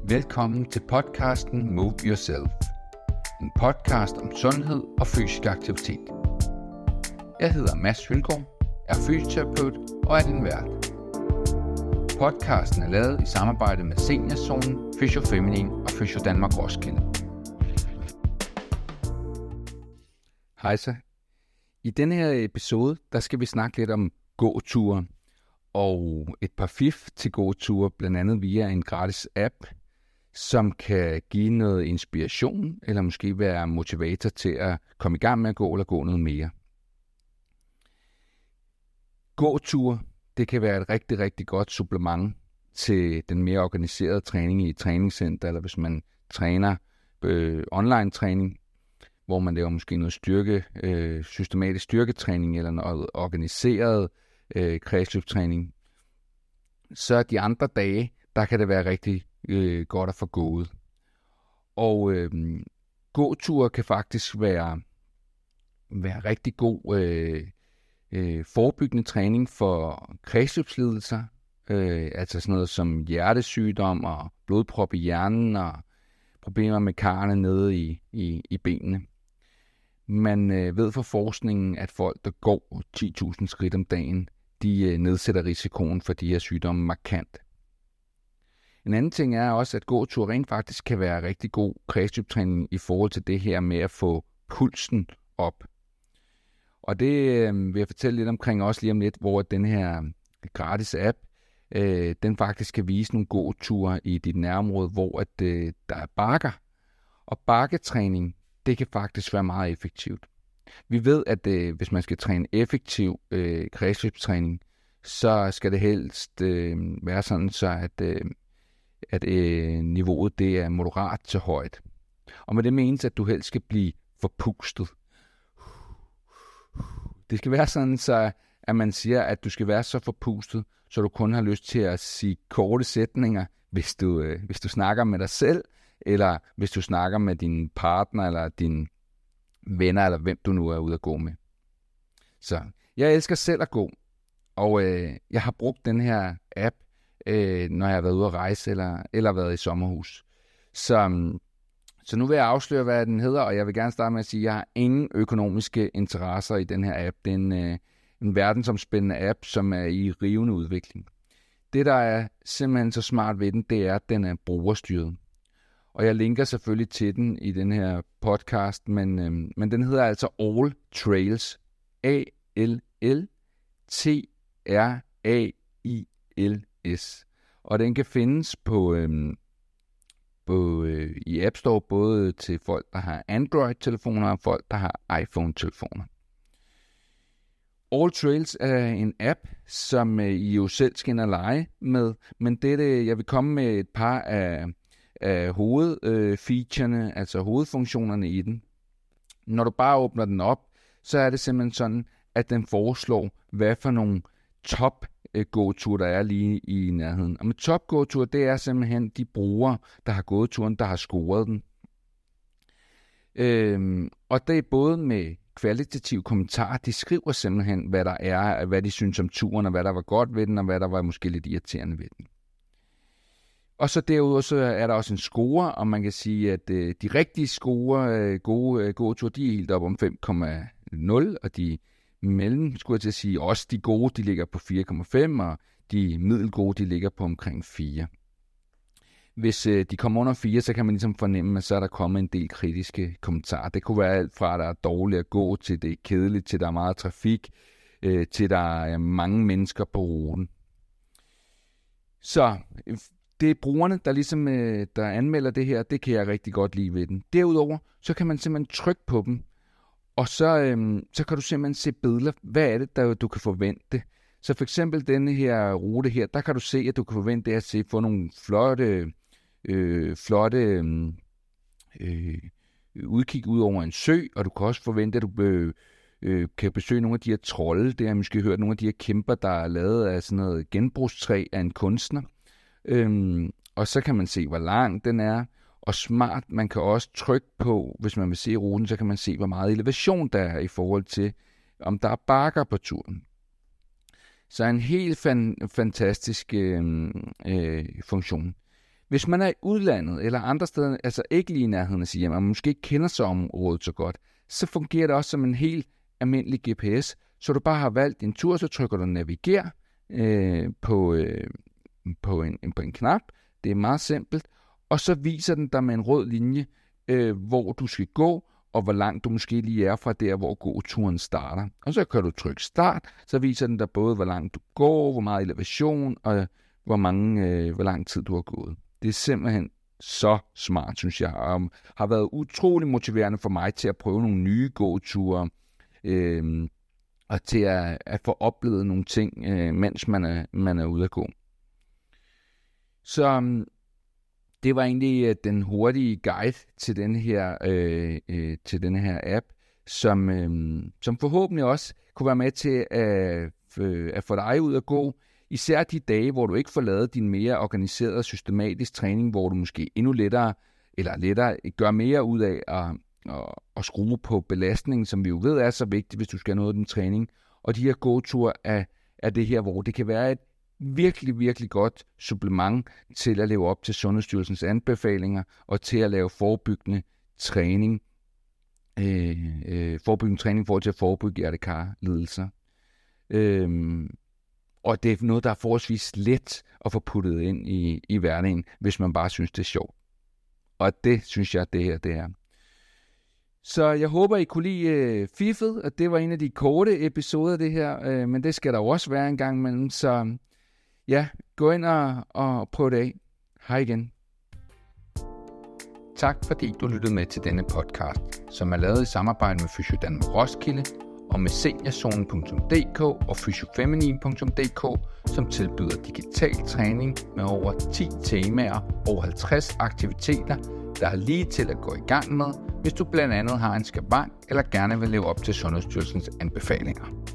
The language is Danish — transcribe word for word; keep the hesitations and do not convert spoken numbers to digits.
Velkommen til podcasten Move Yourself. En podcast om sundhed og fysisk aktivitet. Jeg hedder Mads Hylgaard, er fysioterapeut og er din vært. Podcasten er lavet i samarbejde med Seniorzonen, Fysiofeminin og Fysiodanmark Roskilde. Hej så. I denne her episode, der skal vi snakke lidt om gåture og et par fif til gåture, blandt andet via en gratis app, som kan give noget inspiration, eller måske være motivator til at komme i gang med at gå, eller gå noget mere. Gåture, det kan være et rigtig, rigtig godt supplement til den mere organiserede træning i et træningscenter, eller hvis man træner øh, online træning, hvor man laver måske noget styrke, øh, systematisk styrketræning, eller noget organiseret øh, kredsløbstræning. Så de andre dage, der kan det være rigtig øh, godt at få gået. Og øh, gåture kan faktisk være, være rigtig god øh, øh, forebyggende træning for kredsløbslidelser, øh, altså sådan noget som hjertesygdom og blodprop i hjernen og problemer med karrene nede i, i, i benene. Man øh, ved fra forskningen, at folk, der går ti tusind skridt om dagen, de øh, nedsætter risikoen for de her sygdomme markant. En anden ting er også, at gåtur rent faktisk kan være rigtig god kredsløbstræning i forhold til det her med at få pulsen op. Og det øh, vil jeg fortælle lidt omkring også lige om lidt, hvor den her gratis app, øh, den faktisk kan vise nogle gåture i dit nærområde, hvor at, øh, der er bakker. Og bakketræning, det kan faktisk være meget effektivt. Vi ved, at øh, hvis man skal træne effektiv øh, kredsløbstræning, så skal det helst øh, være sådan, så at, øh, at øh, niveauet det er moderat til højt. Og med det menes, at du helst skal blive forpustet. Det skal være sådan, så at man siger, at du skal være så forpustet, så du kun har lyst til at sige korte sætninger, hvis du, øh, hvis du snakker med dig selv, eller hvis du snakker med din partner, eller dine venner, eller hvem du nu er ude at gå med. Så jeg elsker selv at gå, og øh, jeg har brugt den her app, øh, når jeg har været ude at rejse, eller, eller været i sommerhus. Så, så nu vil jeg afsløre, hvad den hedder, og jeg vil gerne starte med at sige, at jeg har ingen økonomiske interesser i den her app. Det er en, øh, en verdensomspændende app, som er i rivende udvikling. Det, der er simpelthen så smart ved den, det er, at den er brugerstyret. Og jeg linker selvfølgelig til den i den her podcast, men, øhm, men den hedder altså All Trails. A L L T R A I L S. Og den kan findes på, øhm, på, øh, i App Store, både til folk, der har Android-telefoner, og folk, der har iPhone-telefoner. All Trails er en app, som øh, I jo selv skal ind og lege med, men det, jeg vil komme med et par af af hovedfeaturene, øh, altså hovedfunktionerne i den. Når du bare åbner den op, så er det simpelthen sådan, at den foreslår, hvad for nogle top-gåture, der er lige i nærheden. Og med top-gåture, det er simpelthen de brugere, der har gået turen, der har scoret den. Øhm, og det er både med kvalitative kommentarer, de skriver simpelthen, hvad der er, hvad de synes om turen, og hvad der var godt ved den, og hvad der var måske lidt irriterende ved den. Og så derudover så er der også en score, og man kan sige, at øh, de rigtige score, øh, gode øh, gåture, de er helt op om fem komma nul, og de mellem, skulle jeg til at sige, også de gode, de ligger på fire komma fem, og de middelgode, de ligger på omkring fire. Hvis øh, de kommer under fire, så kan man ligesom fornemme, at så er der kommet en del kritiske kommentarer. Det kunne være alt fra, at der er dårligt at gå, til det er kedeligt, til der er meget trafik, øh, til der er mange mennesker på ruten. Så det er brugerne, der ligesom øh, der anmelder det her, det kan jeg rigtig godt lide ved den. Derudover, så kan man simpelthen trykke på dem, og så, øh, så kan du simpelthen se billeder. Hvad er det, der du kan forvente? Så for eksempel denne her rute her, der kan du se, at du kan forvente at se få nogle flotte, øh, flotte øh, udkig ud over en sø, og du kan også forvente, at du øh, øh, kan besøge nogle af de her trolde. Det har jeg måske hørt, nogle af de her kæmper, der er lavet af sådan noget genbrugstræ af en kunstner. Øhm, og så kan man se, hvor lang den er, og smart, man kan også trykke på, hvis man vil se ruten, så kan man se, hvor meget elevation der er i forhold til, om der er bakker på turen. Så en helt fan, fantastisk øh, øh, funktion. Hvis man er i udlandet eller andre steder, altså ikke lige i nærheden af sit hjem, og man måske ikke kender sig området så godt, så fungerer det også som en helt almindelig G P S. Så du bare har valgt din tur, så trykker du naviger øh, på, øh, på, en, på en knap. Det er meget simpelt. Og så viser den dig med en rød linje, øh, hvor du skal gå, og hvor langt du måske lige er fra der, hvor gåturen starter. Og så kan du trykke start, så viser den dig både, hvor langt du går, hvor meget elevation, og hvor, mange, øh, hvor lang tid du har gået. Det er simpelthen så smart, synes jeg, og har været utrolig motiverende for mig til at prøve nogle nye gåture, øh, og til at, at få oplevet nogle ting, øh, mens man er, man er ude at gå. Så det var egentlig uh, den hurtige guide til den her, øh, øh, til den her app, som, øh, som forhåbentlig også kunne være med til at, øh, at få dig ud at gå. Især de dage, hvor du ikke får lavet din mere organiseret og systematisk træning, hvor du måske endnu lettere, eller lettere gør mere ud af at, at, at skrue på belastningen, som vi jo ved er så vigtigt, hvis du skal have noget af din træning. Og de her gåture er, er det her, hvor det kan være et virkelig, virkelig godt supplement til at leve op til Sundhedsstyrelsens anbefalinger og til at lave forebyggende træning, øh, øh, forebyggende træning for at forebygge hjertekarlidelser. Øh, og det er noget, der er forholdsvis let at få puttet ind i, i hverdagen, hvis man bare synes, det er sjovt. Og det synes jeg, det her det er. Så jeg håber, I kunne lide øh, fiffet, og det var en af de korte episoder, det her, øh, men det skal der også være en gang imellem, så ja, gå ind og, og prøv det af. Hej igen. Tak fordi du lyttede med til denne podcast, som er lavet i samarbejde med Fysiodanmark Roskilde og med seniorzonen punktum d k og fysiofeminin punktum d k, som tilbyder digital træning med over ti temaer og halvtreds aktiviteter, der er lige til at gå i gang med, hvis du blandt andet har en skavank eller gerne vil leve op til Sundhedsstyrelsens anbefalinger.